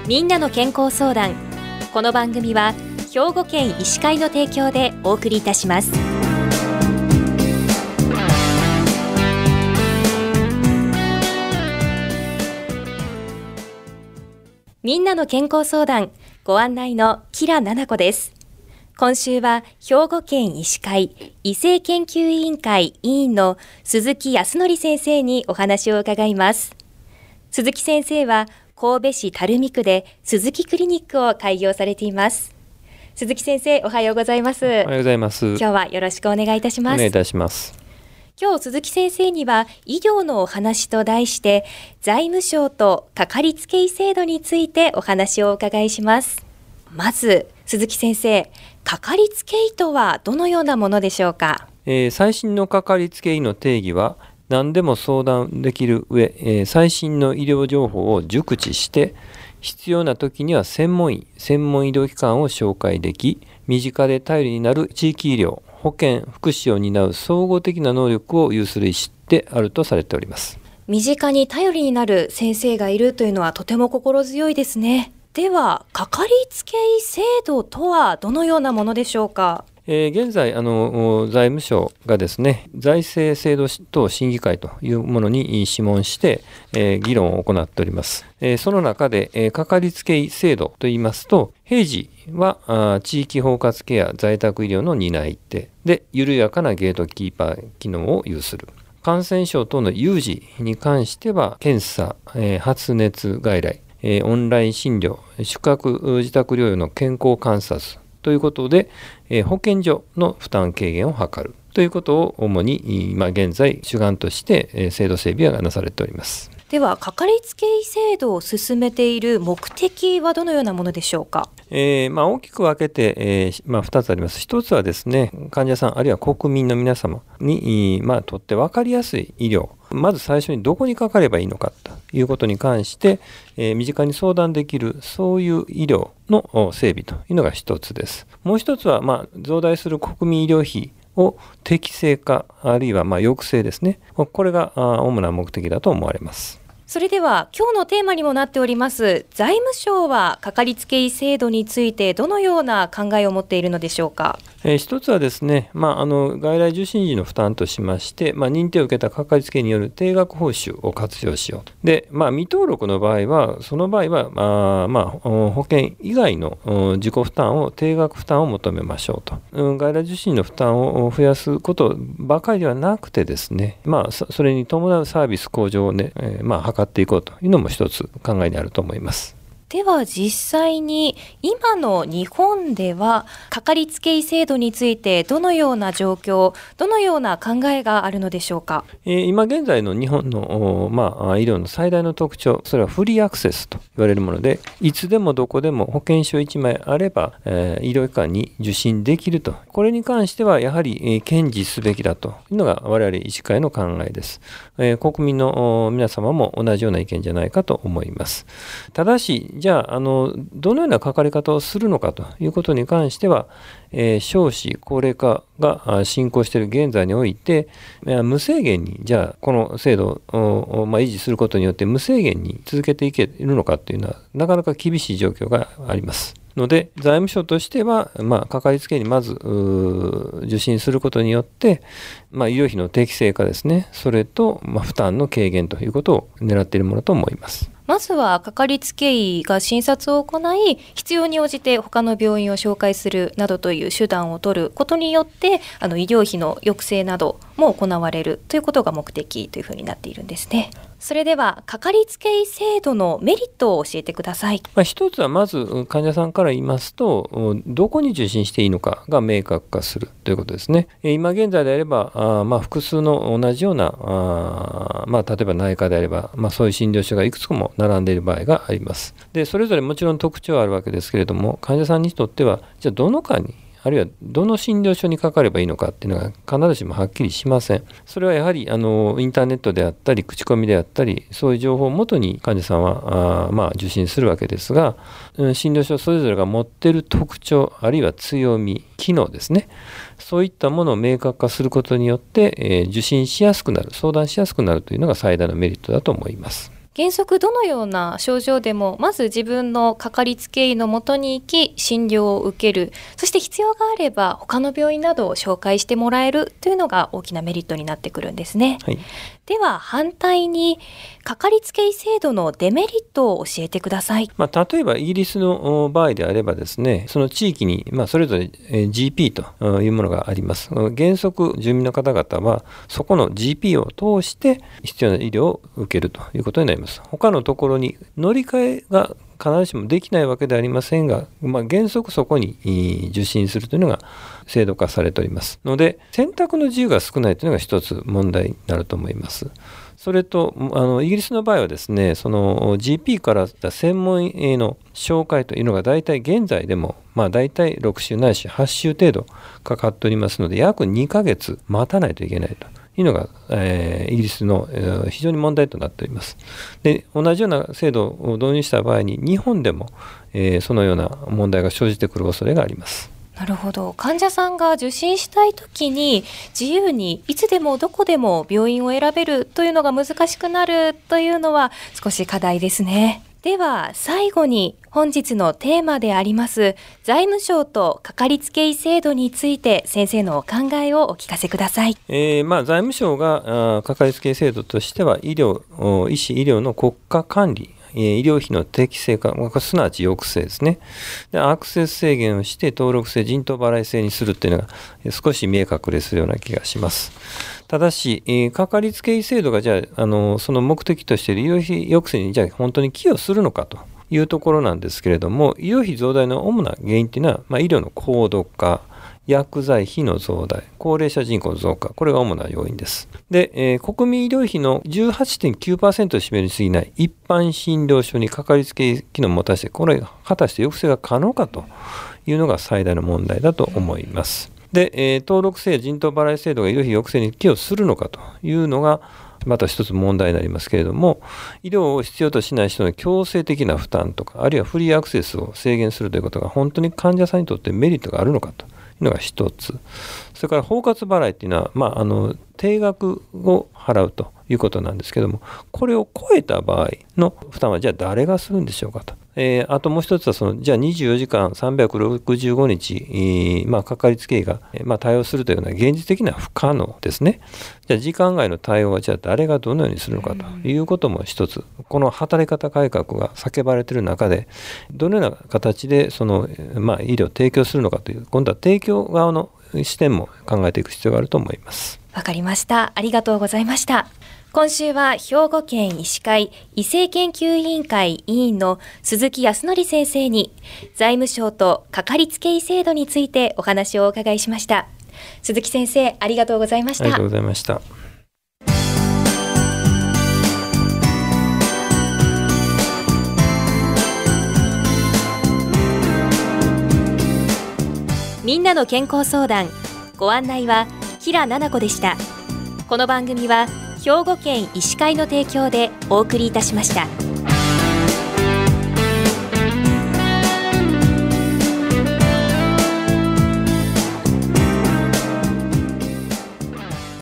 みんなの健康相談。この番組は兵庫県医師会の提供でお送りいたします。みんなの健康相談、ご案内の吉良奈々子です。今週は兵庫県医師会医生研究委員会委員の鈴木康則先生にお話を伺います。鈴木先生は神戸市垂水区で鈴木クリニックを開業されています。鈴木先生、おはようございます。 おはようございます。 今日はよろしくお願いいたします。 お願いいたします。 今日鈴木先生には医療のお話と題して財務省とかかりつけ医制度についてお話をお伺いします。まず鈴木先生、かかりつけ医とはどのようなものでしょうか。 最新のかかりつけ医の定義は何でも相談できる上、最新の医療情報を熟知して必要な時には専門医療機関を紹介でき、身近で頼りになる地域医療、保健、福祉を担う総合的な能力を有する医師であるとされております。 身近に頼りになる先生がいるというのはとても心強いですね。ではかかりつけ医制度とはどのようなものでしょうか。 現在財務省がですね、財政制度等審議会というものに諮問して、議論を行っております。その中で、かかりつけ医制度といいますと、平時は地域包括ケア在宅医療の担い手で、緩やかなゲートキーパー機能を有する。感染症等の有事に関しては検査、発熱外来、オンライン診療、宿泊自宅療養の健康観察ということで、保健所の負担軽減を図るということを主に現在主眼として制度整備がなされております。 ではかかりつけ医制度を進めている目的はどのようなものでしょうか。 大きく分けて、2つあります。一つはですね、患者さんあるいは国民の皆様に、とって分かりやすい医療、まず最初にどこにかかればいいのかということに関して、身近に相談できるそういう医療の整備というのが一つです。もう一つは、増大する国民医療費を適正化あるいは抑制ですね。これが主な目的だと思われます。 それでは今日のテーマにもなっております財務省はかかりつけ医制度についてどのような考えを持っているのでしょうか。 一つはですね、外来受診時の負担としまして、認定を受けたかかりつけ医による定額報酬を活用しようと。で、未登録の場合はその場合は、保険以外の自己負担を定額負担を求めましょうと。外来受診の負担を増やすことばかりではなくてですね、それに伴うサービス向上をね、図っていこうというのも一つ考えにあると思います。 では実際に今の日本ではかかりつけ医制度についてどのような状況、どのような考えがあるのでしょうか。 今現在の日本の、医療の最大の特徴、それはフリーアクセスと言われるもので、いつでもどこでも保険証1枚あれば、医療機関に受診できると。これに関してはやはり、堅持すべきだというのが我々医師会の考えです。国民の皆様も同じような意見じゃないかと思います。ただしじゃあ、どのようなかかり方をするのかということに関しては、少子高齢化が進行している現在において、無制限にじゃあこの制度を維持することによって無制限に続けていけるのかというのはなかなか厳しい状況がありますので、財務省としては、かかりつけにまず受診することによって、医療費の適正化ですね、それと、負担の軽減ということを狙っているものと思います。 まずはかかりつけ医が診察を行い、必要に応じて他の病院を紹介するなどという手段を取ることによって医療費の抑制なども行われるということが目的というふうになっているんですね。それではかかりつけ医制度のメリットを教えてください。 一つはまず患者さんから言いますと、どこに受診していいのかが明確化するということですね。今現在であれば複数の同じような例えば内科であれば、そういう診療所がいくつも並んでいる場合があります。でそれぞれもちろん特徴はあるわけですけれども、患者さんにとってはじゃあどの科にあるいはどの診療所にかかればいいのかっていうのが必ずしもはっきりしません。それはやはりインターネットであったり口コミであったり、そういう情報をもとに患者さんは受診するわけですが、診療所それぞれが持っている特徴あるいは強み、機能ですね、そういったものを明確化することによって、受診しやすくなる、相談しやすくなるというのが最大のメリットだと思います。 原則どのような症状でもまず自分のかかりつけ医のもとに行き診療を受ける、そして必要があれば他の病院などを紹介してもらえるというのが大きなメリットになってくるんですね。 はい、 では反対にかかりつけ医制度のデメリットを教えてください。 例えばイギリスの場合であればですね、その地域にそれぞれ GP というものがあります。原則住民の方々はそこの GP を通して必要な医療を受けるということになります。他のところに乗り換えが必ずしもできないわけではありませんが、原則そこに受診するというのが制度化されておりますので、選択の自由が少ないというのが一つ問題になると思います。それとイギリスの場合はですね、その GP から専門医への紹介というのが大体現在でも大体6週ないし8週程度かかっておりますので、約2ヶ月待たないといけないというのが、イギリスの、非常に問題となっております。で、同じような制度を導入した場合に日本でも、そのような問題が生じてくる恐れがあります。 なるほど。患者さんが受診したいときに自由にいつでもどこでも病院を選べるというのが難しくなるというのは少し課題ですね。では最後に本日のテーマであります財務省とかかりつけ医制度について先生のお考えをお聞かせください。 財務省がかかりつけ医制度としては医師医療の国家管理、医療費の適正化、すなわち抑制ですね。で、アクセス制限をして登録制、人頭払い制にするというのが少し見え隠れするような気がします。ただし、かかりつけ医制度がじゃあ、その目的としている医療費抑制にじゃあ本当に寄与するのかというところなんですけれども、医療費増大の主な原因というのは、医療の高度化、薬剤費の増大、高齢者人口の増加、これが主な要因です。で、国民医療費の 18.9% を占めるに過ぎない一般診療所にかかりつけ医機能を持たせて、これ果たして抑制が可能かというのが最大の問題だと思います。で、登録制人頭払い制度が医療費抑制に寄与するのかというのがまた一つ問題になりますけれども、医療を必要としない人の強制的な負担とか、あるいはフリーアクセスを制限するということが本当に患者さんにとってメリットがあるのかというのが一つ。それから包括払いっていうのは、定額を払うということなんですけども、これを超えた場合の負担はじゃあ誰がするんでしょうかと。あともう一つはじゃあ24時間365日、かかりつけ医が、対応するというような現実的な不可能ですね。じゃあ時間外の対応はじゃあ誰がどのようにするのかということも一つ、この働き方改革が叫ばれている中で、どのような形で医療を提供するのかという、今度は提供側の視点も考えていく必要があると思います。 わかりました。ありがとうございました。今週は兵庫県医師会医政研究委員会委員の鈴木康則先生に財務省とかかりつけ医制度についてお話をお伺いしました。鈴木先生、ありがとうございました。 ありがとうございました。 みんなの健康相談、ご案内は吉良七子でした。この番組は兵庫県医師会の提供でお送りいたしました。